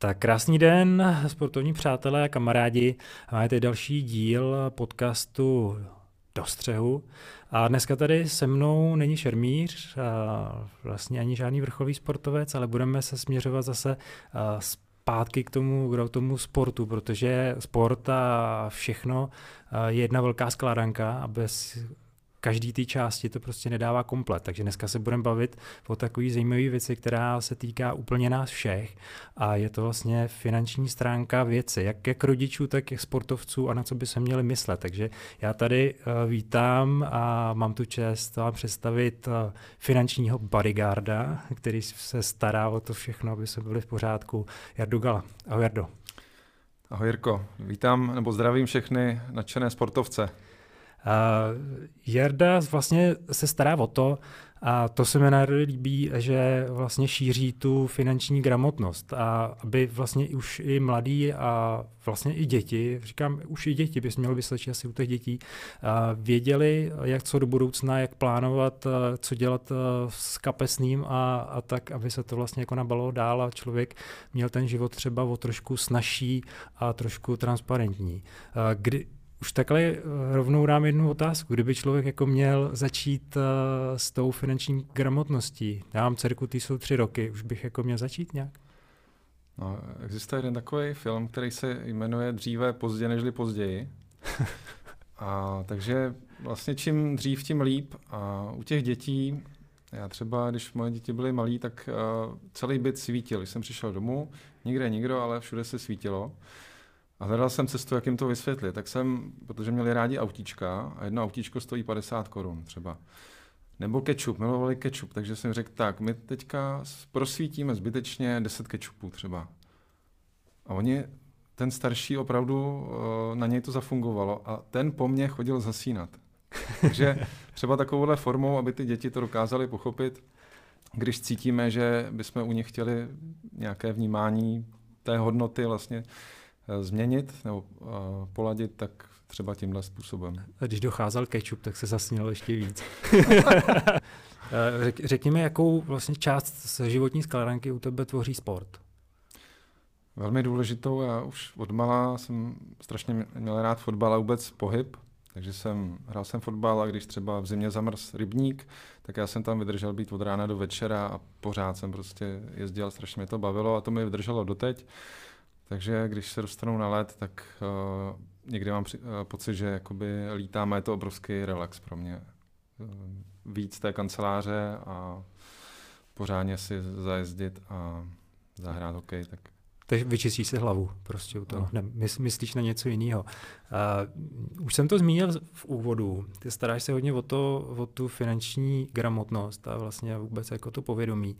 Tak krásný den, sportovní přátelé a kamarádi. Máte další díl podcastu Do střehu. A dneska tady se mnou není šermíř, vlastně ani žádný vrcholový sportovec, ale budeme se směřovat zase zpátky k tomu sportu, protože sport a všechno je jedna velká skládanka a bez každý té části to prostě nedává komplet. Takže dneska se budeme bavit o takové zajímavé věci, která se týká úplně nás všech a je to vlastně finanční stránka věci, jak rodičů, tak i sportovců a na co by se měli myslet. Takže já tady vítám a mám tu čest vám představit finančního bodyguarda, který se stará o to všechno, aby se byli v pořádku. Jardu Gala. Ahoj, Jardo. Ahoj, Jirko. Vítám nebo zdravím všechny nadšené sportovce. Jarda vlastně se stará o to, a to se mi nejvíc líbí, že vlastně šíří tu finanční gramotnost a aby vlastně už i mladí a vlastně i děti, říkám, už i děti bys mělo vystačit asi u těch dětí, věděli, jak co do budoucna, jak plánovat, co dělat s kapesným a tak, aby se to vlastně jako nabalilo dál a člověk měl ten život třeba o trošku snazší a trošku transparentní. Už takhle rovnou dám jednu otázku. Kdyby člověk jako měl začít s tou finanční gramotností, já mám dcerku, ty jsou 3 roky, už bych jako měl začít nějak? No, existuje jeden takový film, který se jmenuje Dříve, pozdě nežli později. Takže vlastně čím dřív, tím líp. A u těch dětí, já třeba, když moje děti byly malí, tak celý byt svítil. Když jsem přišel domů, nikde nikdo, ale všude se svítilo. A hledal jsem cestu, jak jim to vysvětlit. Tak jsem, protože měli rádi autíčka a jedno autíčko stojí 50 korun třeba. Nebo kečup, milovali kečup, takže jsem řekl, tak my teďka prosvítíme zbytečně 10 kečupů třeba. A ten starší opravdu, na něj to zafungovalo a ten po mně chodil zasínat. Takže třeba takovouhle formou, aby ty děti to dokázaly pochopit, když cítíme, že bychom u nich chtěli nějaké vnímání té hodnoty vlastně změnit nebo poladit, tak třeba tímhle způsobem. A když docházel kečup, tak se zasněl ještě víc. Řekněme, jakou vlastně část z životní skládanky u tebe tvoří sport? Velmi důležitou. Já už odmala jsem strašně měl rád fotbal a vůbec pohyb, takže hrál jsem fotbal a když třeba v zimě zamrz rybník, tak já jsem tam vydržel být od rána do večera a pořád jsem prostě jezdil, strašně mě to bavilo a to mi vydrželo doteď. Takže když se dostanu na led, tak někdy mám pocit, že jakoby lítáme, je to obrovský relax pro mě. Víc té kanceláře a pořádně si zajezdit a zahrát hokej. Takže vyčistíš si hlavu prostě u toho, no. Myslíš na něco jiného. Už jsem to zmínil v úvodu, ty staráš se hodně o tu finanční gramotnost a vlastně vůbec jako to povědomí.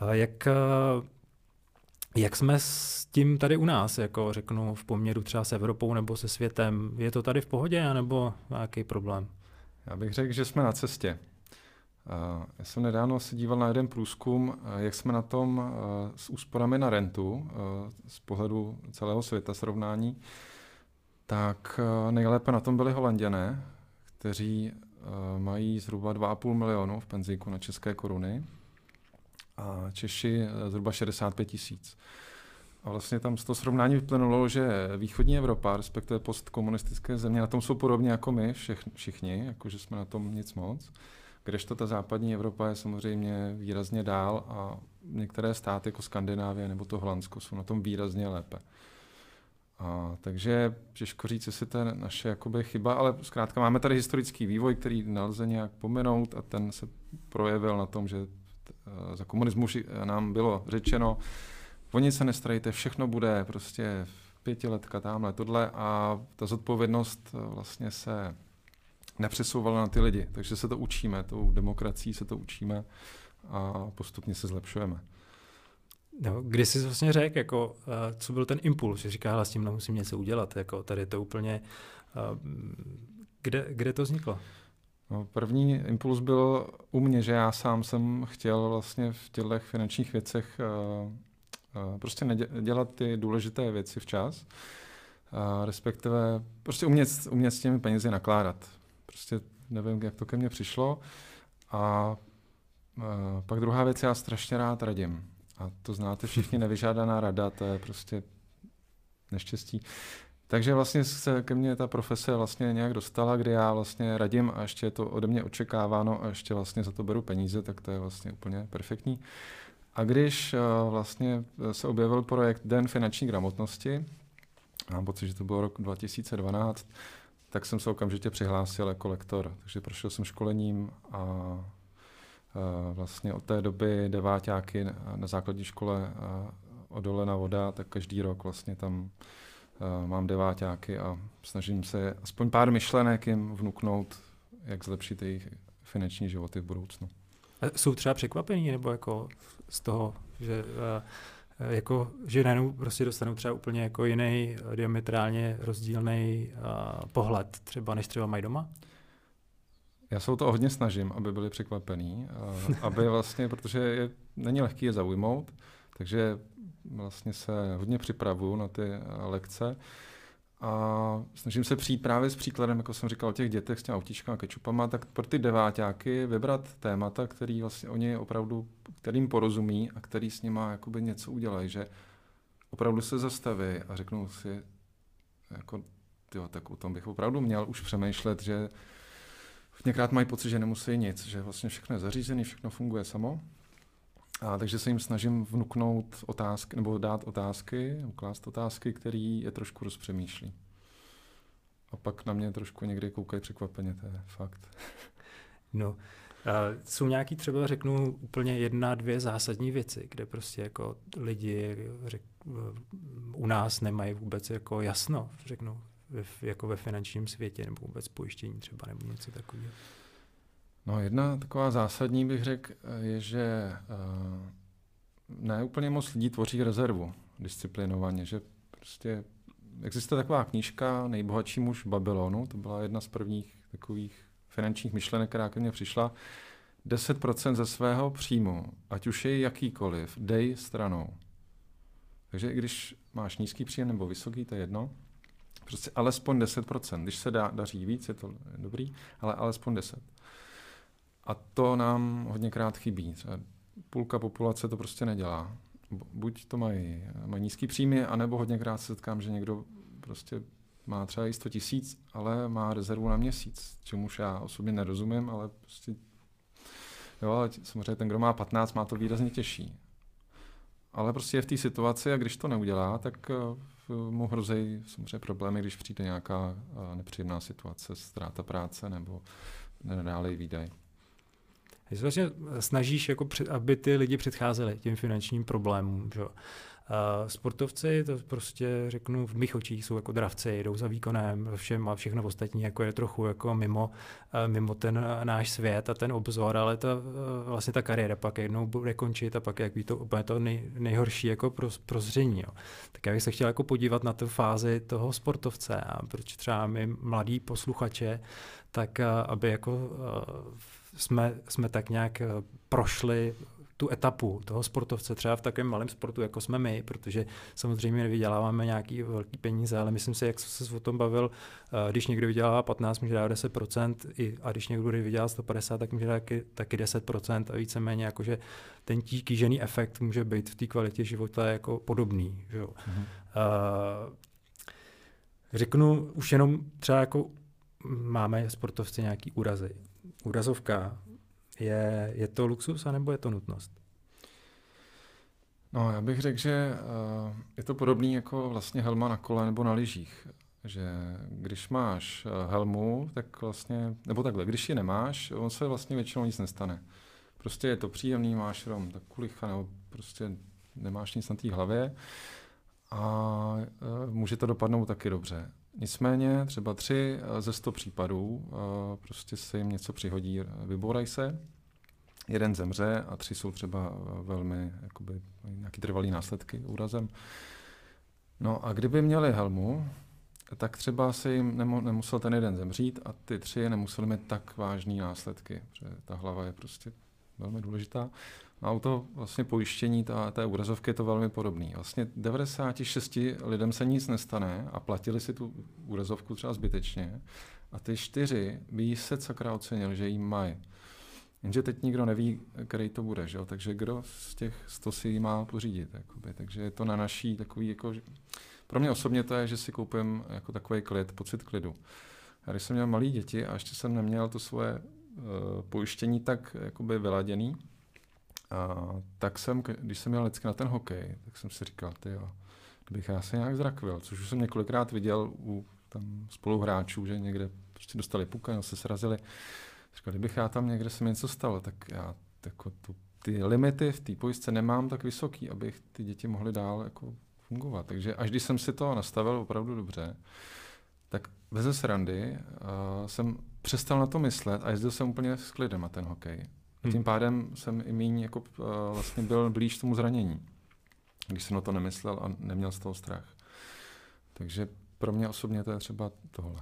Jak jsme s tím tady u nás, jako řeknu, v poměru třeba s Evropou nebo se světem? Je to tady v pohodě, nebo nějaký problém? Já bych řekl, že jsme na cestě. Já jsem nedávno se díval na jeden průzkum, jak jsme na tom s úsporami na rentu, z pohledu celého světa srovnání. Tak nejlépe na tom byli Holanďané, kteří mají zhruba 2,5 milionu v penzijku na české koruny. A Češi zhruba 65 000. A vlastně tam z toho srovnání vyplynulo, že východní Evropa, respektive postkomunistické země, na tom jsou podobně jako my všichni, jakože jsme na tom nic moc. Kdežto ta západní Evropa je samozřejmě výrazně dál a některé státy jako Skandinávie nebo to Holandsko jsou na tom výrazně lépe. Takže těžko říct, jestli to je naše jakoby chyba, ale zkrátka máme tady historický vývoj, který nelze nějak pominout a ten se projevil na tom, že za komunismu nám bylo řečeno, o nic se nestarejte, všechno bude prostě 5letka tamhle, tohle a ta zodpovědnost vlastně se nepřesouvala na ty lidi, takže se to učíme, tou demokracií se to učíme a postupně se zlepšujeme. No, kdy jsi vlastně řekl, jako, co byl ten impuls, že říká, s tím musím něco udělat, jako tady to úplně, kde to vzniklo? No, první impuls byl u mě, že já sám jsem chtěl vlastně v těchto finančních věcech prostě dělat ty důležité věci včas, respektive prostě umět s těmi penězi nakládat. Prostě nevím, jak to ke mně přišlo. A pak druhá věc, já strašně rád radím. A to znáte všichni, nevyžádaná rada, to je prostě neštěstí. Takže vlastně se ke mně ta profese vlastně nějak dostala, kdy já vlastně radím a ještě je to ode mě očekáváno a ještě vlastně za to beru peníze, tak to je vlastně úplně perfektní. A když vlastně se objevil projekt Den finanční gramotnosti, mám pocit, že to byl rok 2012, tak jsem se okamžitě přihlásil jako lektor. Takže prošel jsem školením a vlastně od té doby deváťáky na základní škole Odolena Voda, tak každý rok vlastně tam mám deváťáky a snažím se aspoň pár myšlenek jim vnuknout, jak zlepšit jejich finanční životy v budoucnu. A jsou třeba překvapení, nebo jako z toho, že že najednou prostě dostanou třeba úplně jako jiný, diametrálně rozdílný pohled, třeba než třeba mají doma? Já se o to hodně snažím, aby byli překvapení, aby vlastně, protože není lehký je zaujmout, takže vlastně se hodně připravuju na ty lekce a snažím se přijít právě s příkladem, jako jsem říkal o těch dětech s těmi autíčkami a kečupama, tak pro ty deváťáky vybrat témata, který vlastně oni opravdu, kterým porozumí a který s nima jakoby něco udělají, že opravdu se zastaví a řeknou si, jako, tyjo, tak o tom bych opravdu měl už přemýšlet, že některát mají pocit, že nemusí nic, že vlastně všechno je zařízené, všechno funguje samo. A takže se jim snažím vnuknout otázky, nebo dát otázky, uklást otázky, které je trošku rozpřemýšlí. A pak na mě trošku někdy koukají překvapeně, to je fakt. No, jsou nějaký třeba, řeknu, úplně 1-2 zásadní věci, kde prostě jako lidi u nás nemají vůbec jako jasno, řeknu, jako ve finančním světě, nebo vůbec pojištění třeba, nebo něco takového. No, jedna taková zásadní bych řekl, je, že ne úplně moc lidí tvoří rezervu disciplinovaně, že prostě existuje taková knížka Nejbohatší muž Babylonu, to byla jedna z prvních takových finančních myšlenek, která ke mně přišla. 10% ze svého příjmu, ať už je jakýkoliv, dej stranou. Takže i když máš nízký příjem nebo vysoký, to je jedno, prostě alespoň 10%. Když se daří víc, je to dobrý, ale alespoň 10%. A to nám hodněkrát chybí. Třeba půlka populace to prostě nedělá. Buď to mají nízký příjmy, anebo hodněkrát se setkám, že někdo prostě má třeba i 100 000, ale má rezervu na měsíc, čemuž já osobně nerozumím, ale prostě jo, ale samozřejmě ten, kdo má 15, má to výrazně těžší. Ale prostě je v té situaci a když to neudělá, tak mu hrozí samozřejmě problémy, když přijde nějaká nepříjemná situace, ztráta práce nebo nedálej výdaj. Ty se vlastně snažíš, jako aby ty lidi předcházeli těm finančním problémům. Že? Sportovci, to prostě řeknu v mých očích, jsou jako dravci, jdou za výkonem, všem a všechno ostatní jako je trochu jako mimo ten náš svět a ten obzor, ale vlastně ta kariéra pak jednou bude končit a pak jak ví to úplně to nejhorší jako prozření. Jo. Tak já bych se chtěl jako podívat na tu fázi toho sportovce a proč třeba my mladí posluchače, tak aby jako jsme tak nějak prošli tu etapu toho sportovce třeba v takovém malém sportu, jako jsme my, protože samozřejmě nevyděláváme nějaký velký peníze, ale myslím si, jak jsem se o tom bavil, když někdo vydělává 15, může dát 10%, a když někdo vydělá 150, tak může dát taky 10% a víceméně jakože ten kýžený efekt může být v té kvalitě života jako podobný. Že jo? Řeknu už jenom třeba jako máme sportovci nějaký úrazy. Úrazovka. Je to luxus, anebo je to nutnost? No, já bych řekl, že je to podobný jako vlastně helma na kole nebo na lyžích. Že když máš helmu, tak vlastně, nebo takhle, když ji nemáš, on se vlastně většinou nic nestane. Prostě je to příjemný, máš jenom tak kulicha, nebo prostě nemáš nic na té hlavě a může to dopadnout taky dobře. Nicméně třeba 3 ze 100 případů prostě se jim něco přihodí, vybourají se, 1 zemře a 3 jsou třeba velmi jakoby, nějaký trvalý následky úrazem. No a kdyby měli helmu, tak třeba se jim nemusel ten 1 zemřít a ty 3 nemuseli mít tak vážný následky, protože ta hlava je prostě velmi důležitá. A u toho vlastně pojištění té úrazovky je to velmi podobný. Vlastně 96 lidem se nic nestane a platili si tu úrazovku třeba zbytečně a ty 4 by jí se sakra ocenili, že jí mají. Jenže teď nikdo neví, který to bude, že jo? Takže kdo z těch 100 si ji má pořídit. Jakoby. Takže je to na naší takový, jako, pro mě osobně to je, že si koupím jako takový klid, pocit klidu. Já když jsem měl malé děti a ještě jsem neměl to svoje pojištění tak jakoby vyladěný, tak jsem, když jsem měl vždycky na ten hokej, tak jsem si říkal, tyjo, kdybych já se nějak zrakvil, což už jsem několikrát viděl u tam spoluhráčů, že někde prostě dostali puka, no se srazili. Říkal, kdybych já tam někde se mi něco stalo, tak já jako ty limity v té pojistce nemám tak vysoký, abych ty děti mohly dál jako fungovat. Takže až když jsem si to nastavil opravdu dobře, tak beze srandy jsem přestal na to myslet a jezdil jsem úplně s klidem na ten hokej. A tím pádem jsem i míň jako, vlastně byl blíž tomu zranění, když jsem na to nemyslel a neměl z toho strach. Takže pro mě osobně to je třeba tohle.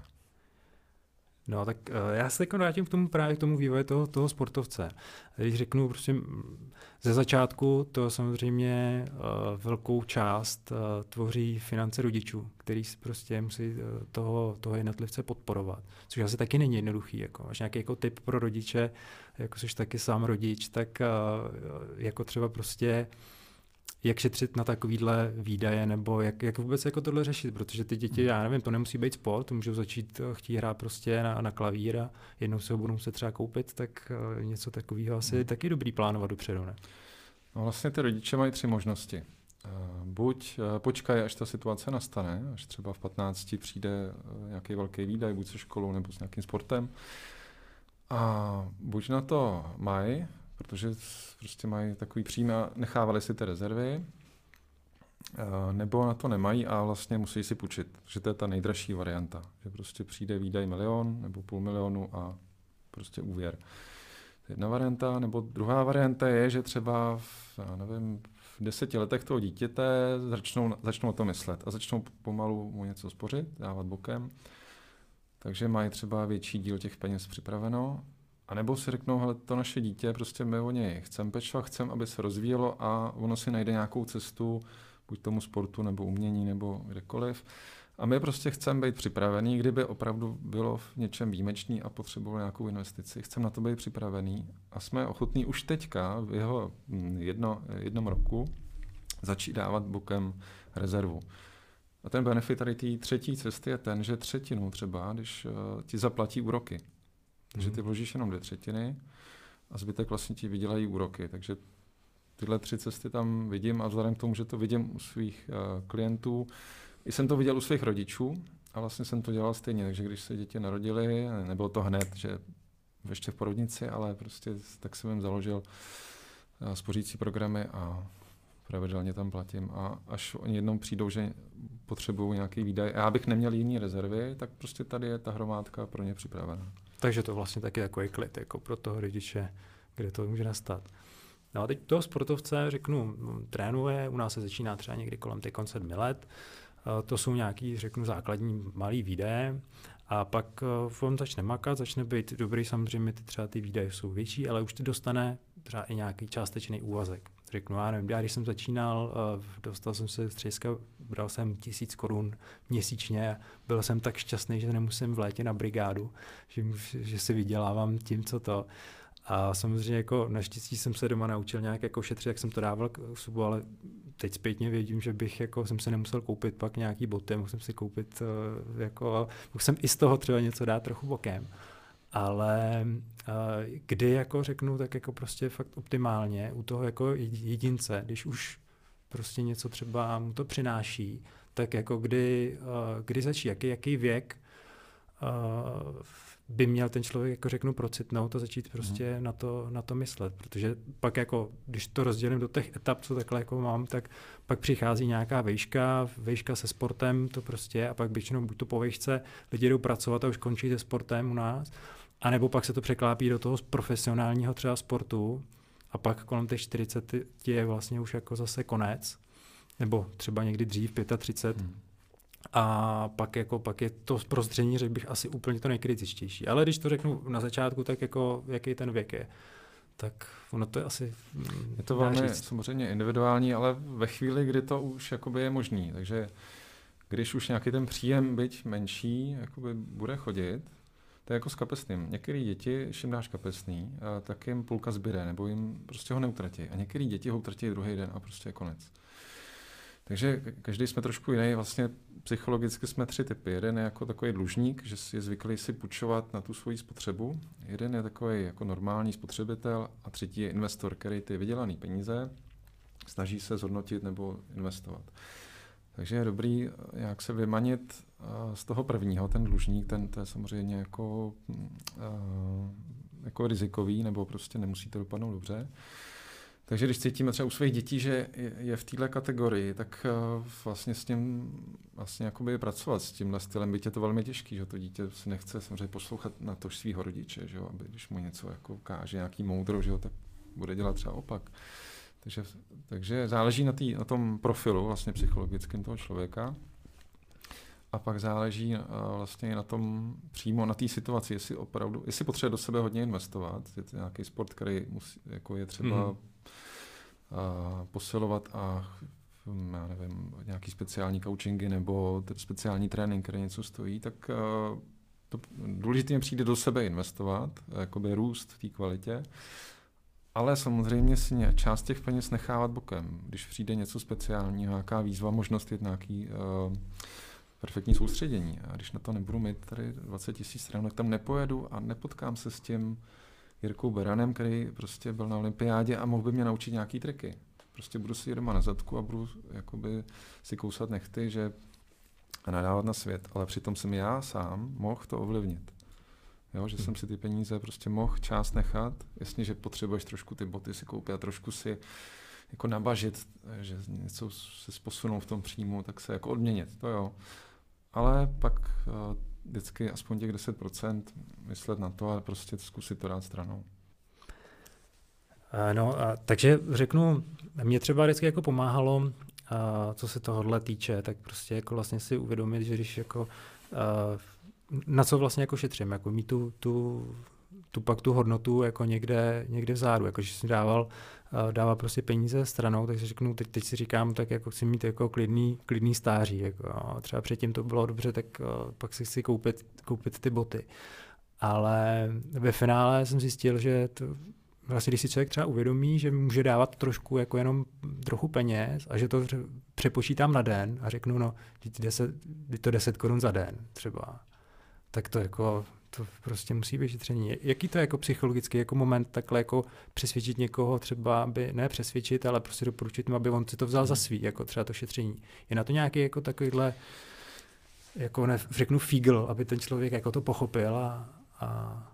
No tak já se teď vrátím právě k tomu vývoji toho sportovce. Když řeknu prostě ze začátku, to samozřejmě velkou část tvoří finance rodičů, který prostě musí toho jednotlivce podporovat, což asi taky není jednoduchý. Jako. Máš nějaký jako tip pro rodiče, jako jsi taky sám rodič, tak jako třeba prostě jak šetřit na takovýhle výdaje, nebo jak vůbec jako tohle řešit, protože ty děti, já nevím, to nemusí být sport, můžou začít chtít hrát prostě na klavír a jednou se ho budou muset třeba koupit, tak něco takového asi je taky dobrý plánovat dopředu, ne? No vlastně ty rodiče mají 3 možnosti. Buď počkají, až ta situace nastane, až třeba v 15 přijde nějaký velký výdaj, buď se školou nebo s nějakým sportem, a buď na to mají, protože prostě mají takový příjmy a nechávali si ty rezervy, nebo na to nemají a vlastně musí si půjčit. Že to je ta nejdražší varianta. Že prostě přijde výdaj 1 000 000 nebo 500 000 a prostě úvěr. Jedna varianta, nebo druhá varianta je, že třeba v 10 letech toho dítěte začnou o to myslet a začnou pomalu mu něco spořit, dávat bokem. Takže mají třeba větší díl těch peněz připraveno. A nebo si řeknou, hele, to naše dítě, prostě my o něj chceme pečovat, chceme, aby se rozvíjelo a ono si najde nějakou cestu, buď tomu sportu, nebo umění, nebo kdekoliv. A my prostě chceme být připravení, kdyby opravdu bylo v něčem výjimečný a potřebovalo nějakou investici. Chceme na to být připravení a jsme ochotní už teďka v jeho jednom roku začít dávat bokem rezervu. A ten benefit tady té třetí cesty je ten, že 1/3 třeba, když ti zaplatí úroky. Takže ty vložíš jenom 2/3 a zbytek vlastně ti vydělají úroky. Takže tyhle 3 cesty tam vidím a vzhledem k tomu, že to vidím u svých klientů, i jsem to viděl u svých rodičů a vlastně jsem to dělal stejně. Takže když se děti narodily, nebylo to hned, že ještě v porodnici, ale prostě tak jsem jim založil spořící programy a pravidelně tam platím. A až oni jednou přijdou, že potřebují nějaký výdaj a já bych neměl jiný rezervy, tak prostě tady je ta hromádka pro ně připravená. Takže to vlastně taky takový klid jako pro toho rodiče, kde to může nastat. No a teď toho sportovce, řeknu, trénuje, u nás se začíná třeba někdy kolem konce 7 let, to jsou nějaký, řeknu, základní malý výdaje a pak on začne makat, začne být dobrý, samozřejmě třeba ty výdaje jsou větší, ale už ty dostane třeba i nějaký částečný úvazek. Řeknu, já nevím, když jsem začínal, dostal jsem se z Třeska, bral jsem 1000 korun měsíčně, byl jsem tak šťastný, že nemusím v létě na brigádu, že si vydělávám tím, co to. A samozřejmě jako naštěstí jsem se doma naučil nějak jako šetřit, jak jsem to dával k subu, ale teď zpětně vědím, že bych jako jsem se nemusel koupit pak nějaký boty, musím si koupit jako, musím i z toho třeba něco dát trochu bokem. Ale kdy jako řeknu, tak jako prostě fakt optimálně u toho jako jedince, když už prostě něco třeba mu to přináší, tak jako kdy začít, jaký věk by měl ten člověk, jako řeknu, procitnout a začít prostě na to myslet, protože pak jako, když to rozdělím do těch etap, co takhle jako mám, tak pak přichází nějaká vejška se sportem, to prostě a pak většinou buď to po vejšce lidi jdou pracovat a už končí se sportem u nás, anebo pak se to překlápí do toho profesionálního třeba sportu a pak kolem těch 40 je vlastně už jako zase konec, nebo třeba někdy dřív 35. A pak je to prostředí, řekl bych, asi úplně to nejkritičtější. Ale když to řeknu na začátku, tak jako jaký ten věk je, tak ono to je asi... Je to velmi samozřejmě individuální, ale ve chvíli, kdy to už jakoby je možný. Takže když už nějaký ten příjem, byť menší, jakoby bude chodit, To je jako s kapesným. Některé děti, když jim dáš kapesný, tak jim půlka zbyde, nebo jim prostě ho neutratí. A některé děti ho utratí druhý den a prostě je konec. Takže každý jsme trošku jiný. Vlastně psychologicky jsme 3 typy. Jeden je jako takový dlužník, že je zvyklý si půjčovat na tu svoji spotřebu. Jeden je takový jako normální spotřebitel a třetí je investor, který ty vydělané peníze snaží se zhodnotit nebo investovat. Takže je dobrý, jak se vymanit z toho prvního, ten dlužník, to je samozřejmě jako rizikový, nebo prostě nemusí to dopadnout dobře. Takže když cítíme třeba u svých dětí, že je v této kategorii, tak vlastně s tím vlastně jakoby pracovat s tímhle stylem, byť je to velmi těžký, že to dítě si nechce samozřejmě poslouchat na to svýho rodiče, že jo, aby když mu něco jako káže, nějaký moudro, že jo, tak bude dělat třeba opak. Takže záleží na tom profilu vlastně psychologickém toho člověka a pak záleží vlastně na tom přímo na té situaci, jestli potřebuje do sebe hodně investovat, je to nějaký sport, který jako je třeba posilovat a já nevím, nějaký speciální coachingy nebo speciální trénink, který něco stojí, tak to důležitě přijde do sebe investovat, jakoby růst v té kvalitě. Ale samozřejmě si část těch peněz nechávat bokem. Když přijde něco speciálního, nějaká výzva, možnost jít nějaký perfektní soustředění. A když na to nebudu mít tady 20 000 stran, tak tam nepojedu a nepotkám se s tím Jirkou Beranem, který prostě byl na olympiádě a mohl by mě naučit nějaký triky. Prostě budu si doma na zadku a budu jakoby si kousat nechty, a nadávat na svět. Ale přitom jsem já sám mohl to ovlivnit. Jo, že jsem si ty peníze prostě mohl část nechat. Jasně, že potřebuješ trošku ty boty si koupit a trošku si jako nabažit, že něco se posunou v tom příjmu, tak se jako odměnit, to jo. Ale pak vždycky aspoň těch 10% myslet na to a prostě zkusit to dát stranou. Takže řeknu, mě třeba vždycky jako pomáhalo, co se tohohle týče, tak prostě jako vlastně si uvědomit, že když jako na co vlastně jako šetřím, jako mít pak tu hodnotu jako někde vzadu, jako že si dává prostě peníze stranou, takže řeknu, teď si říkám, tak jako chci mít jako klidný stáří, jako, třeba předtím to bylo dobře, tak pak si chci koupit ty boty. Ale ve finále jsem zjistil, že vlastně když si člověk třeba uvědomí, že může dávat trošku jako jenom trochu peněz a že to přepočítám na den a řeknu, no, to 10 korun za den třeba, tak to jako to prostě musí být šetření. Jaký to je jako psychologický jako moment takhle jako přesvědčit někoho třeba, aby ne přesvědčit, ale prostě doporučit mu, aby on si to vzal za svý, jako třeba to šetření. Je na to nějaký jako takovýhle, jako řeknu fígl, aby ten člověk jako to pochopil a...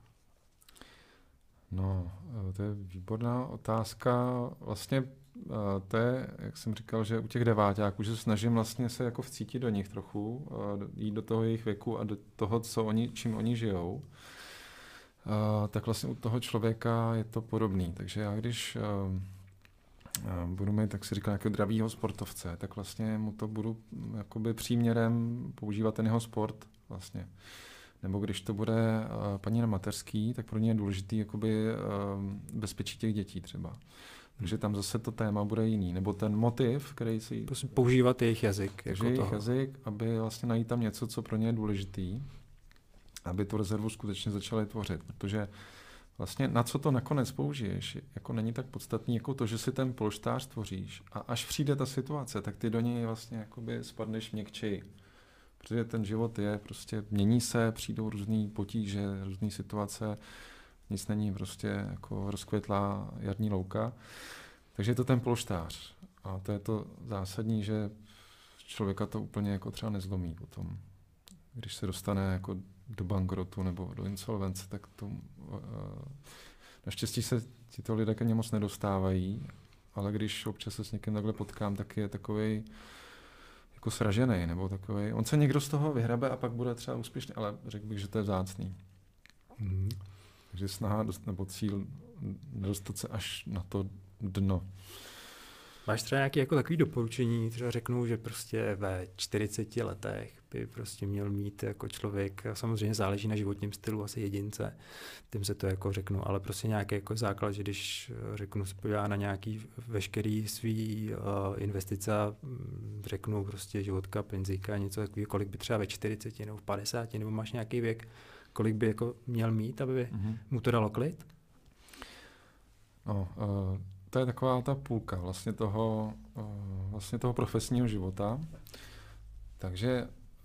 No, to je výborná otázka. Vlastně to je, jak jsem říkal, že u těch deváťáků, že snažím vlastně se jako vcítit do nich trochu, jít do toho jejich věku a do toho, čím oni žijou. Tak vlastně u toho člověka je to podobný. Takže já když budu mít, tak si říkal, nějakého dravýho sportovce, tak vlastně mu to budu jakoby příměrem používat ten jeho sport vlastně. Nebo když to bude paní na mateřský, tak pro ně je důležitý jakoby bezpečí těch dětí třeba. Takže tam zase to téma bude jiný. Nebo ten motiv, který si... Prostě používat jejich jazyk. Jako jejich jazyk, aby vlastně najít tam něco, co pro ně je důležitý, aby tu rezervu skutečně začali tvořit. Protože vlastně na co to nakonec použiješ, jako není tak podstatný jako to, že si ten polštář tvoříš a až přijde ta situace, tak ty do něj vlastně jakoby spadneš měkčeji. Protože ten život je prostě, mění se, přijdou různý potíže, různé situace, nic není prostě jako rozkvětlá jarní louka. Takže je to ten polštář. A to je to zásadní, že člověka to úplně jako třeba nezlomí potom. Když se dostane jako do bankrotu nebo do insolvence, tak to naštěstí se tito lidé ke mně moc nedostávají, ale když občas se s někým takhle potkám, tak je takovej jako sražený, nebo takový. On se někdo z toho vyhrabe a pak bude třeba úspěšný, ale řekl bych, že to je vzácný. Takže snaha nebo cíl nedostat se až na to dno. Máš třeba nějaké jako takové doporučení, třeba řeknu, že prostě ve 40 letech by prostě měl mít jako člověk, samozřejmě záleží na životním stylu asi jedince, tím se to jako řeknu, ale prostě nějaký jako základ, že když řeknu, se podívá na nějaký veškerý svý investice, řeknu prostě životka, penzíka, něco takového, kolik by třeba ve 40 nebo v 50, nebo máš nějaký věk, kolik by jako měl mít, aby mu to dalo klid? No, to je taková ta půlka vlastně toho profesního života. Takže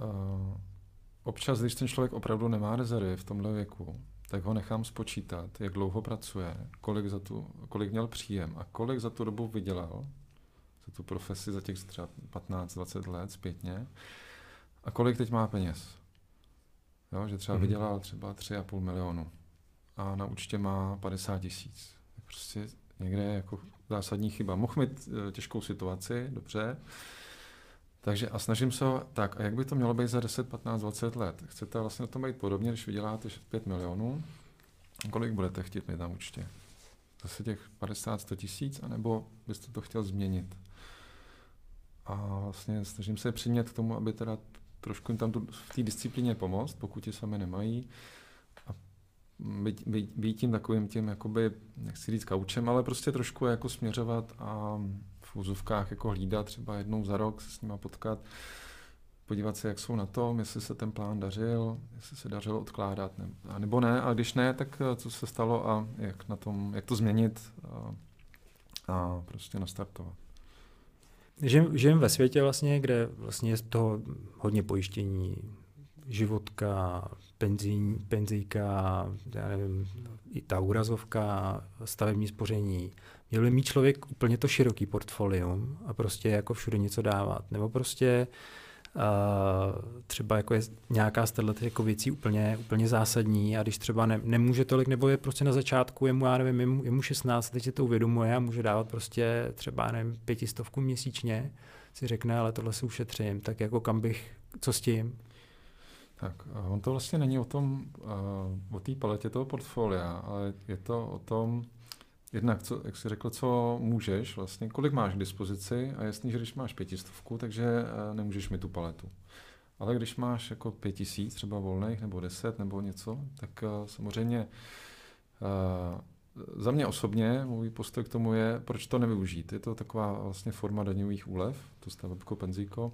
občas, když ten člověk opravdu nemá rezervy v tomhle věku, tak ho nechám spočítat, jak dlouho pracuje, kolik měl příjem a kolik za tu dobu vydělal, za tu profesi, za těch třeba 15-20 let zpětně, a kolik teď má peněz. Jo, že třeba vydělal třeba 3,5 milionu a na účtě má 50 000. Prostě někde je jako zásadní chyba. Mohl mít těžkou situaci, dobře. Takže a snažím se tak, a jak by to mělo být za 10, 15, 20 let? Chcete vlastně na tom být podobně, když vyděláte 5 milionů, kolik budete chtít mít na účtě? Zase těch 50, 100 tisíc, anebo byste to chtěl změnit? A vlastně snažím se přimět k tomu, aby teda trošku jim tam v té disciplíně pomoct, pokud ti sami nemají. A být tím takovým tím, jakoby, nechci říct kaučem, ale prostě trošku jako směřovat a v úzovkách jako hlídat, třeba jednou za rok se s nima potkat, podívat se, jak jsou na tom, jestli se ten plán dařil, jestli se dařilo odkládat, nebo ne, a když ne, tak co se stalo a jak to změnit a prostě nastartovat. Žijeme ve světě vlastně, kde vlastně je toho hodně pojištění, životka, penzijka, já nevím, i ta úrazovka, stavební spoření. Měl by mít člověk úplně to široký portfolium a prostě jako všude něco dávat. Nebo prostě třeba jako je nějaká z těchto jako věcí úplně zásadní a když třeba nemůže tolik, nebo je prostě na začátku, já nevím, je mu 16, teď si to uvědomuje a může dávat prostě třeba, nevím, 500 měsíčně, si řekne, ale tohle si ušetřím, tak jako co s tím? Tak on to vlastně není o té paletě toho portfolia, ale je to o tom, jednak, jak jsi řekl, co můžeš vlastně, kolik máš k dispozici a jasný, že když máš 500, takže nemůžeš mít tu paletu. Ale když máš jako 5000 třeba volných nebo 10 nebo něco, tak samozřejmě za mě osobně můj postoj k tomu je, proč to nevyužít. Je to taková vlastně forma daňových úlev, to stavebko, penzíko.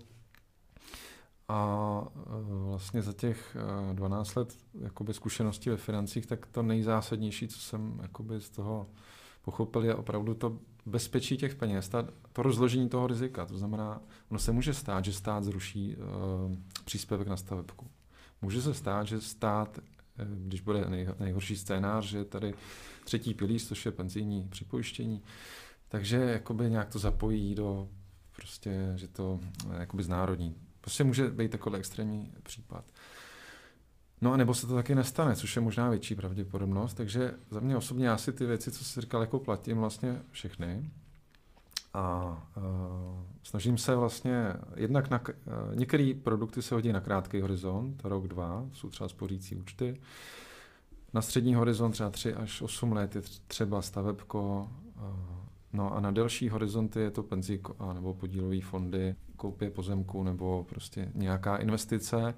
A vlastně za těch 12 let jakoby zkušeností ve financích, tak to nejzásadnější, co jsem jakoby z toho pochopil, je opravdu to bezpečí těch peněz, to rozložení toho rizika. To znamená, ono se může stát, že stát zruší příspěvek na stavebku. Může se stát, že stát, když bude nejhorší scénář, že tady třetí pilíř, což je penzijní připojištění, takže jakoby nějak to zapojí do prostě, že to jakoby znárodní. Prostě může být takový extrémní případ. No a nebo se to taky nestane, což je možná větší pravděpodobnost, takže za mě osobně já si ty věci, co jsi říkal, jako platím vlastně všechny. A snažím se vlastně, jednak některé produkty se hodí na krátký horizont, rok, 2, jsou třeba spořící účty. Na střední horizont třeba 3 až 8 let je třeba stavebko, no a na delší horizonty je to penzíko nebo podílové fondy, koupě pozemku nebo prostě nějaká investice.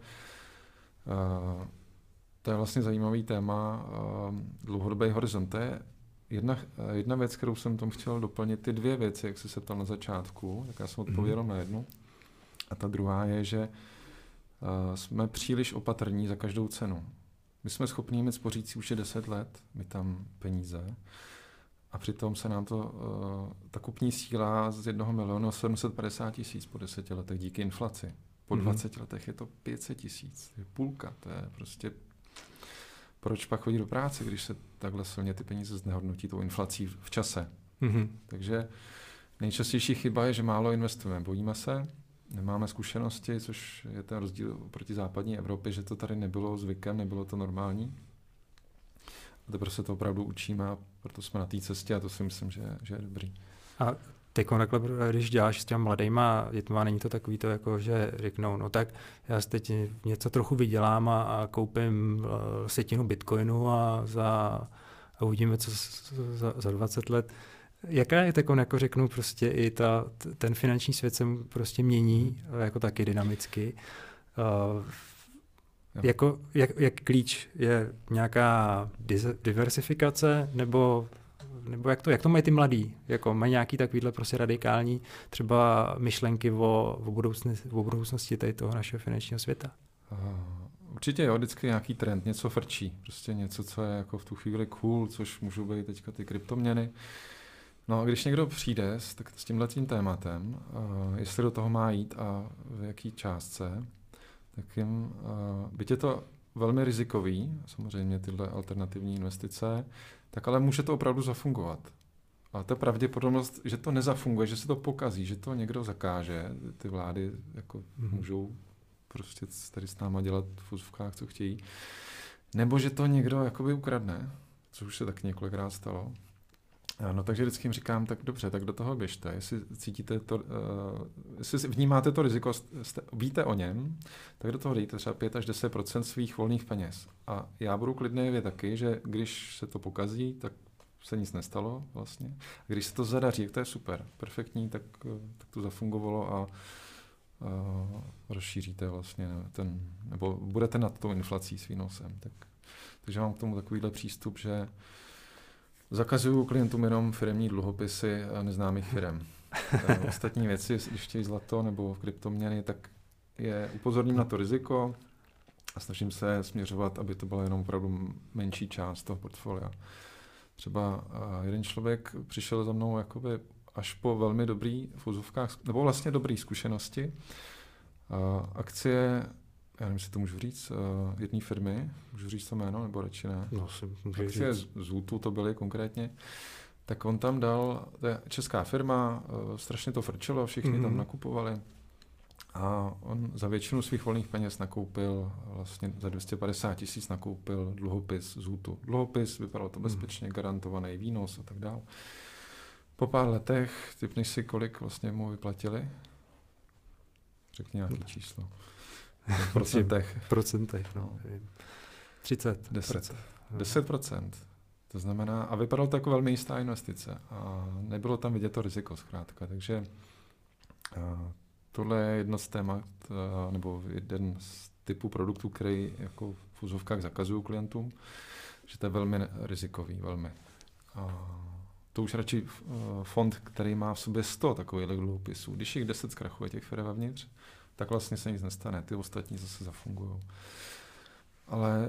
To je vlastně zajímavý téma, dlouhodobý horizont. To je jedna věc, kterou jsem tam chtěl doplnit, ty dvě věci, jak jsi se ptal na začátku, tak já jsem odpověděl na jednu. A ta druhá je, že jsme příliš opatrní za každou cenu. My jsme schopni mít spořící už 10 let, my tam peníze, a přitom se nám ta kupní síla z 1 750 000 po 10 letech díky inflaci. Po 20 letech je to 500 000, to je půlka, to je prostě... Proč pak chodit do práce, když se takhle silně ty peníze znehodnotí tou inflací v čase? Takže nejčastější chyba je, že málo investujeme. Bojíme se, nemáme zkušenosti, což je ten rozdíl proti západní Evropě, že to tady nebylo zvykem, nebylo to normální. A teprve se to opravdu učíme a proto jsme na té cestě a to si myslím, že je dobrý. A teď takhle, když děláš s těma mladejma dětma, není to takový to, jako, že řeknou, no tak já teď něco trochu vydělám a koupím 100 bitcoinu a uvidíme, co za 20 let. Jaká je taková, jako řeknu, prostě i ten finanční svět se prostě mění, jako taky dynamicky. Jak klíč je nějaká diversifikace, nebo jak to mají ty mladí? Jako mají nějaký takovýhle prostě radikální třeba myšlenky o budoucnosti tady toho našeho finančního světa? určitě jo, vždycky nějaký trend, něco frčí, prostě něco, co je jako v tu chvíli cool, což můžou být teďka ty kryptoměny. No a když někdo přijde s tímhletím tématem, jestli do toho má jít a v jaký částce, tak jim, byť je to velmi rizikový, samozřejmě tyhle alternativní investice, tak ale může to opravdu zafungovat. A ta pravděpodobnost, že to nezafunguje, že se to pokazí, že to někdo zakáže, ty vlády jako můžou prostě tady s náma dělat v úzovkách, co chtějí, nebo že to někdo jakoby ukradne, což už se tak několikrát stalo. No takže vždycky jim říkám, tak dobře, tak do toho běžte, jestli cítíte to, jestli vnímáte to riziko, víte o něm, tak do toho dejte třeba 5 až 10% svých volných peněz. A já budu klidný vy taky, že když se to pokazí, tak se nic nestalo vlastně. A když se to zadaří, to je super, perfektní, tak to zafungovalo a rozšíříte vlastně nebo budete nad tou inflací s výnosem. Takže mám k tomu takovýhle přístup, že zakazuju klientům jenom firemní dluhopisy a neznámých firem. Ostatní věci, když chtějí zlato nebo kryptoměny, tak je upozorním na to riziko a snažím se směřovat, aby to byla jenom opravdu menší část toho portfolia. Třeba jeden člověk přišel za mnou jakoby až po velmi dobrý v úzovkách, nebo vlastně dobrý zkušenosti. Akcie, já nevím, jestli to můžu říct, jedné firmy, můžu říct to jméno, nebo radši ne. No, akcie Zootu to byly konkrétně. Tak on tam dal, to je česká firma, strašně to frčelo, všichni tam nakupovali. A on za většinu svých volných peněz nakoupil, vlastně za 250 000 nakoupil dluhopis Zootu. Dluhopis, vypadalo to bezpečně, garantovaný výnos a tak dále. Po pár letech, typneš si, kolik vlastně mu vyplatili? Řekni nějaký číslo. V procentech, no. 30. 10%. To znamená, a vypadalo to jako velmi jistá investice. A nebylo tam vidět to riziko zkrátka. Takže tohle je jedno z témat, nebo jeden z typů produktů, který jako v úzovkách zakazuju klientům, že to je velmi rizikový, velmi. A to už radši fond, který má v sobě 100 takových dluhopisů. Když jich 10 zkrachuje těch firm vevnitř, tak vlastně se nic nestane, ty ostatní zase zafungují. Ale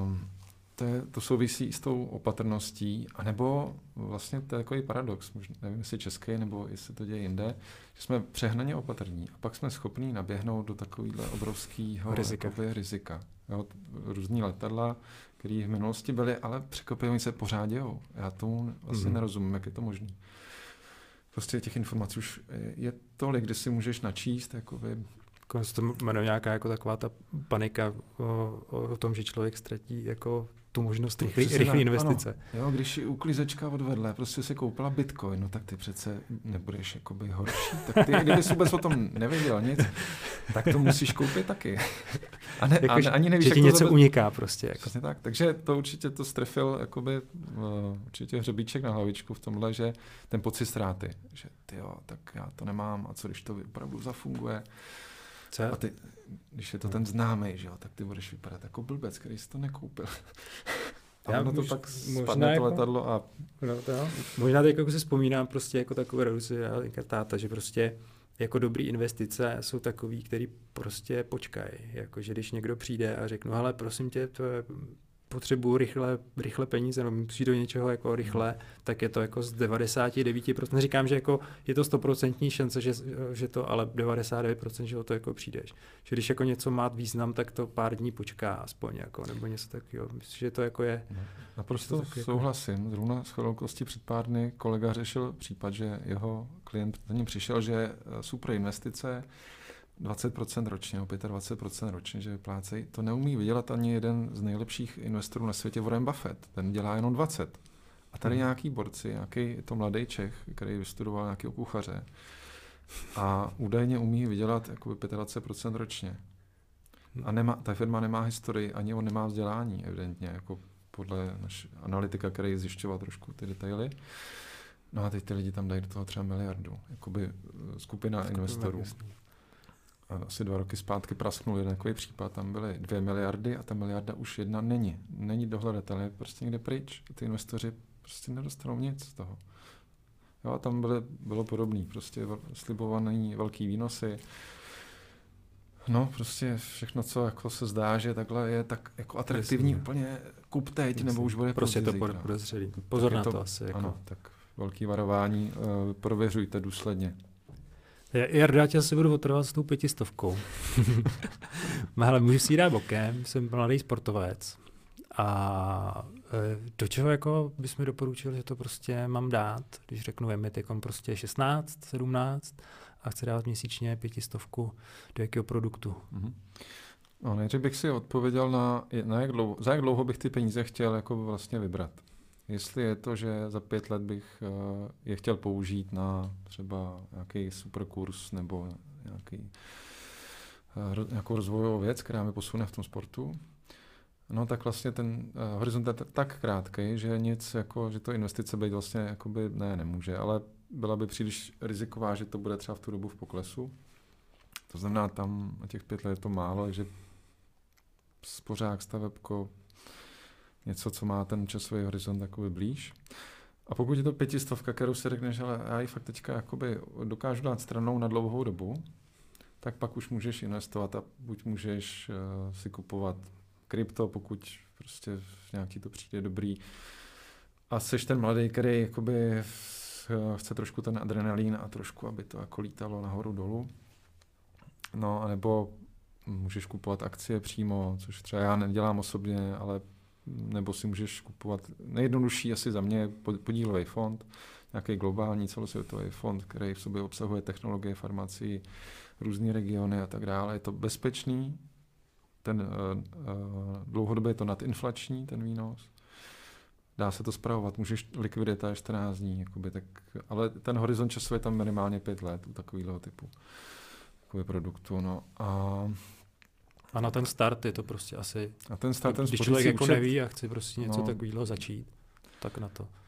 to souvisí s tou opatrností, anebo vlastně to je takový paradox, nevím, jestli český, nebo jestli to děje jinde, že jsme přehnaně opatrní a pak jsme schopní naběhnout do takovýhle obrovského rizika. Jo, různý letadla, které v minulosti byly, ale překvapivě se pořád dějou. Já tomu vlastně nerozumím, jak je to možné. Prostě těch informací už je tolik, kde si můžeš načíst, jakoby. To jmenuje nějaká jako taková ta panika o tom, že člověk ztratí jako tu možnost rychlé investice. Ano. Jo, když je uklízečka odvedle, prostě si koupila Bitcoin, no tak ty přece nebudeš jakoby horší. Tak ty, kdybys vůbec o tom nevěděl nic, tak to musíš koupit taky. Ani nevíš, že ti něco uniká prostě. Jako. Vlastně tak. Takže to určitě to strefil jakoby, určitě hřebíček na hlavičku v tomhle, že ten pocit ztráty, že tyjo, tak já to nemám a co když to opravdu zafunguje. A ty, když je to ten známý, že jo, tak ty budeš vypadat jako blbec, který jsi to nekoupil. A ono to pak spadne to letadlo a... Možná teď jako si vzpomínám prostě jako takové redukce táta, že prostě jako dobrý investice jsou takový, který prostě počkají. Jako, že když někdo přijde a řeknu, hele, prosím tě, to je, potřebuji rychle peníze, no musí do něčeho jako rychle, tak je to jako z 99%. Neříkám, že jako je to 100% šance, že to, ale 99%, že o to jako přijdeš. Že když jako něco má význam, tak to pár dní počká aspoň, jako, nebo něco takového. Myslím, že to jako je... Naprosto souhlasím. Zrovna s chodolkostí před pár dny kolega řešil případ, že jeho klient za ním přišel, že super investice, 20% ročně, 25% ročně, že vyplácejí. To neumí vydělat ani jeden z nejlepších investorů na světě, Warren Buffett. Ten dělá jenom 20. A tady nějaký borci, nějaký to mladý Čech, který vystudoval nějakého kuchaře a údajně umí vydělat jako 25% ročně. A ta firma nemá historii, ani on nemá vzdělání, evidentně, jako podle naše analytika, který zjišťoval trošku ty detaily. No a teď ty lidi tam dají do toho třeba miliardu. Jakoby skupina investorů. A asi 2 roky zpátky prasknul jeden takový případ, tam byly 2 miliardy a ta miliarda už jedna není. Není dohledatelná, je prostě někde pryč. Ty investoři prostě nedostanou nic z toho. Jo, a tam bylo podobný, prostě slibovaný velký výnosy. No, prostě všechno, co jako se zdá, že takhle je tak jako atraktivní, úplně kup teď, nebo už bude prostě to zítra. podezřelý. Pozor na to asi. Jako. Ano, tak velký varování, prověřujte důsledně. Jardo, já tě asi budu otrvat s tou 500. Ale můžu si ji dát bokem, jsem mladý sportovec. A do čeho jako bys mi doporučil, že to prostě mám dát, když řeknu, je mi teďkon prostě 16, 17 a chci dávat měsíčně 500 do jakého produktu? Mm-hmm. No, nejdřív bych si odpověděl za jak dlouho bych ty peníze chtěl jako vlastně vybrat. Jestli je to, že za 5 let bych je chtěl použít na třeba nějaký super kurz nebo nějakou rozvojovou věc, která mi posune v tom sportu, no tak vlastně ten horizont je tak krátký, že nic jako, že to investice být vlastně jakoby nemůže, ale byla by příliš riziková, že to bude třeba v tu dobu v poklesu. To znamená, tam na těch 5 let je to málo, takže spořák, stavebko, něco, co má ten časový horizont jakoby blíž. A pokud je to 500, kterou si řekneš, ale já ji fakt teďka jakoby dokážu dát stranou na dlouhou dobu, tak pak už můžeš investovat a buď můžeš si kupovat krypto, pokud prostě nějak ti to přijde dobrý. A seš ten mladý, který jakoby chce trošku ten adrenalín a trošku, aby to jako lítalo nahoru dolů. No, anebo můžeš kupovat akcie přímo, což třeba já nedělám osobně, ale nebo si můžeš kupovat nejjednodušší asi za mě podílový fond, nějaký globální celosvětový fond, který v sobě obsahuje technologie, farmacii, různé regiony a tak dále. Je to bezpečný, dlouhodobě je to nadinflační, ten výnos. Dá se to spravovat, můžeš likvidita je 14 dní, jakoby, tak, ale ten horizont časový je tam minimálně 5 let u takového typu produktu. No. A na ten start je to prostě asi, a ten start, ten když člověk jako neví a chce prostě něco takového začít, tak na to.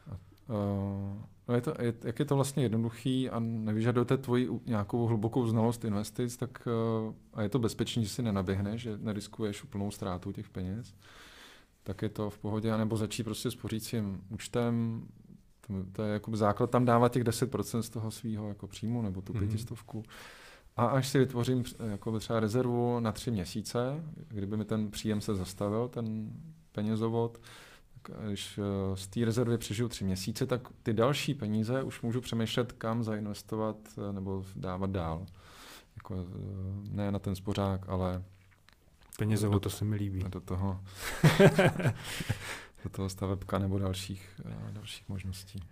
No jak je to vlastně jednoduchý a nevyžadujete tvoji nějakou hlubokou znalost investic, tak a je to bezpečný, že si nenaběhneš, že neriskuješ úplnou ztrátu těch peněz, tak je to v pohodě, anebo začít prostě s pořícím účtem, to je jako základ, tam dávat těch 10% z toho svého jako příjmu, nebo tu 500. A až si vytvořím jako třeba rezervu na 3 měsíce, kdyby mi ten příjem se zastavil, ten penězovod, tak když z té rezervy přežiju 3 měsíce, tak ty další peníze už můžu přemýšlet, kam zainvestovat nebo dávat dál. Jako, ne na ten spořák, ale penězovod, to se mi líbí. Do toho stavebka nebo dalších možností.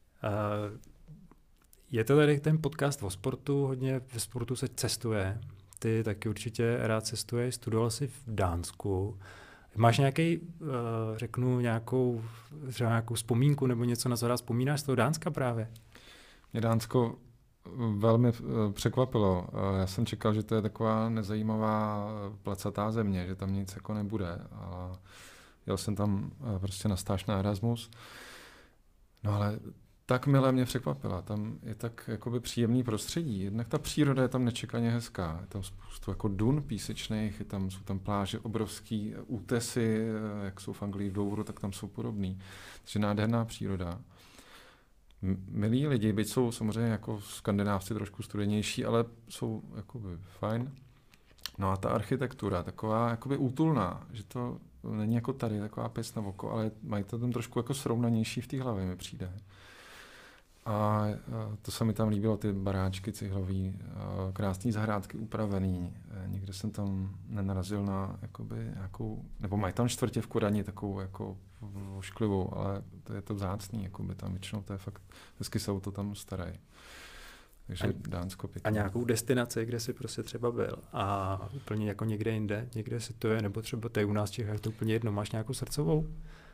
Je to tady ten podcast o sportu, hodně ve sportu se cestuje. Ty taky určitě rád cestuješ, studoval jsi v Dánsku. Máš nějakou vzpomínku nebo něco, na co rád vzpomínáš z toho Dánska právě? Mě Dánsko velmi překvapilo. Já jsem čekal, že to je taková nezajímavá placatá země, že tam nic jako nebude. A jel jsem tam prostě na stáž na Erasmus. No ale tak milé mě překvapila. Tam je tak jakoby příjemný prostředí. Jednak ta příroda je tam nečekaně hezká. Je tam spoustu jako dun písečných, jsou tam pláže obrovský, útesy, jak jsou v Anglii v Douvru, tak tam jsou podobný. Takže nádherná příroda. Milí lidi, byť jsou samozřejmě jako skandinávci trošku studenější, ale jsou jakoby fajn. No a ta architektura, taková jakoby útulná, že to není jako tady, taková pěst na oko, ale mají to tam trošku jako srovnanější v té hlavě, mi přijde. A to se mi tam líbilo, ty baráčky cihlový, krásný zahrádky upravený. Nikde jsem tam nenarazil na jakoby nějakou, nebo mají tam čtvrtě v Kodani takovou jako ošklivou, ale to je to vzácný, jakoby tam většinou to je fakt, hezky se o to tam starají. Takže Dánsko pěkně. A nějakou destinaci, kde jsi prostě třeba byl a úplně jako někde jinde, někde se to je, nebo třeba tady u nás v Čechách to úplně jedno, máš nějakou srdcovou?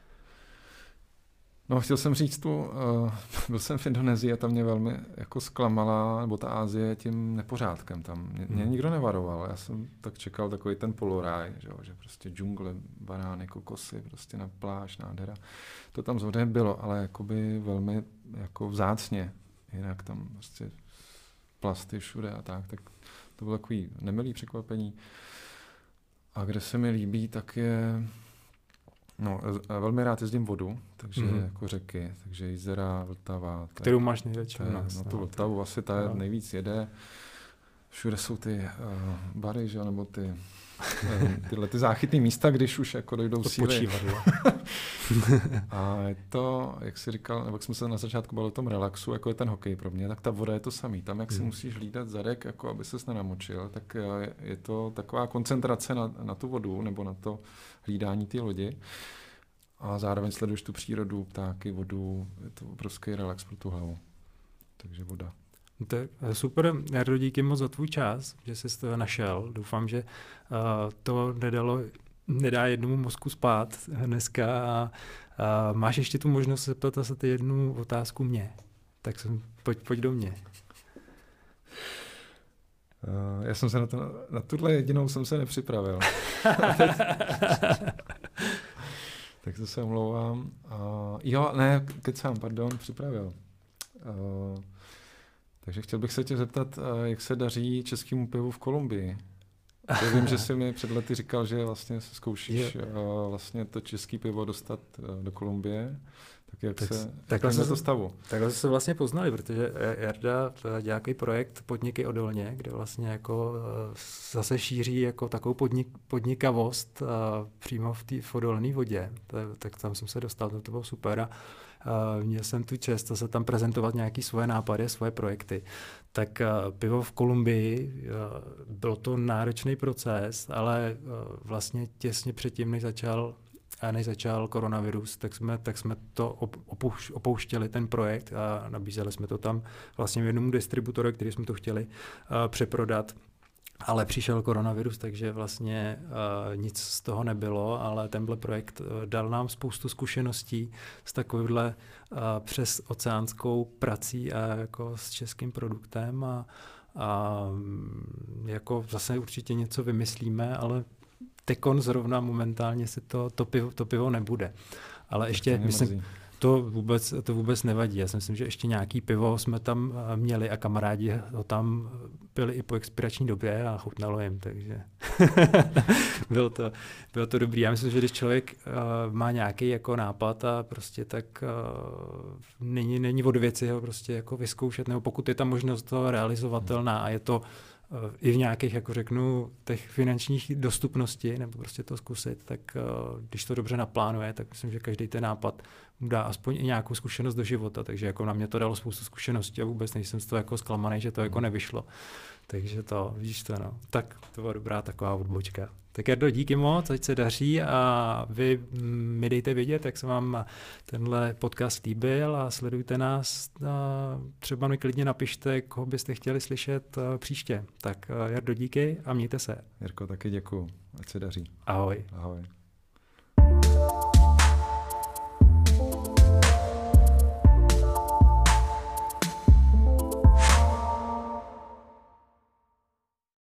No, chtěl jsem říct byl jsem v Indonésii a tam mě velmi jako zklamala, nebo ta Asie tím nepořádkem tam. Mě nikdo nevaroval, já jsem tak čekal takový ten poloráj, že prostě džungle, barány, kokosy, prostě na pláž, nádhera. To tam samozřejmě bylo, ale jakoby velmi jako vzácně, jinak tam prostě plasty všude a tak to bylo takový nemilý překvapení. A kde se mi líbí, tak je... No, velmi rád jezdím vodu, takže jako řeky, takže jezera, Vltava. Kterou máš nejradši u nás. No tu Vltavu asi ta nejvíc jede. všude jsou ty bary, že? Nebo tyhle ty záchytné místa, když už jako dojdou síly. A je to, jak jsi říkal, nebo jak jsme se na začátku bavili o tom relaxu, jako je ten hokej pro mě, tak ta voda je to samý. Tam, jak si musíš hlídat zadek, jako aby ses nenamočil, tak je to taková koncentrace na tu vodu, nebo na to hlídání té lodi. A zároveň sleduješ tu přírodu, ptáky, vodu, je to obrovský relax pro tu hlavu. Takže voda. To je super, Jardo, díky moc za tvůj čas, že jsi to našel. Doufám, že to nedá jednomu mozku spát dneska a máš ještě tu možnost zeptat se ty jednu otázku mě. Tak pojď do mě. Já jsem se na tuhle jedinou jsem se nepřipravil. Tak to se omlouvám. Připravil. Takže chtěl bych se tě zeptat, jak se daří českému pivu v Kolumbii. Já vím, že jsi mi před lety říkal, že vlastně se zkoušíš vlastně to české pivo dostat do Kolumbie. Tak jak se to stavu? Takhle jsme se vlastně poznali, protože Jarda dělá takový projekt Podniky odolně, kde vlastně jako zase šíří jako takovou podnikavost přímo v odolné vodě. Tak tam jsem se dostal, to bylo super a měl jsem tu čest se tam prezentovat nějaké svoje nápady, svoje projekty. Tak pivo v Kolumbii, byl to náročný proces, ale vlastně těsně předtím, než začal koronavirus, tak jsme to opouštěli ten projekt a nabízeli jsme to tam vlastně jednomu distributorovi, který jsme to chtěli přeprodat. Ale přišel koronavirus, takže vlastně nic z toho nebylo, ale tenhle projekt dal nám spoustu zkušeností s takovýhle přes oceánskou prací a jako s českým produktem a jako zase určitě něco vymyslíme, ale tekon zrovna momentálně se to pivo nebude. Ale ještě myslím, to vůbec nevadí. Já si myslím, že ještě nějaký pivo jsme tam měli a kamarádi ho tam pili i po expirační době a chutnalo jim, takže bylo to dobrý. Já myslím, že když člověk má nějaký jako nápad a prostě tak není od věci ho prostě jako vyzkoušet, nebo pokud je ta možnost to realizovatelná a je to i v nějakých, jako řeknu, těch finančních dostupnosti, nebo prostě to zkusit, tak když to dobře naplánuje, tak myslím, že každý ten nápad mu dá aspoň i nějakou zkušenost do života, takže jako na mě to dalo spoustu zkušeností a vůbec nejsem z toho jako zklamaný, že to jako nevyšlo. Takže to, vidíš to, no. Tak to byla dobrá taková odbočka. Tak Jardo, díky moc, ať se daří a vy mi dejte vědět, jak se vám tenhle podcast líbil a sledujte nás. Třeba mi klidně napište, koho byste chtěli slyšet příště. Tak Jardo, díky a mějte se. Jirko, taky děkuju. Ať se daří. Ahoj. Ahoj.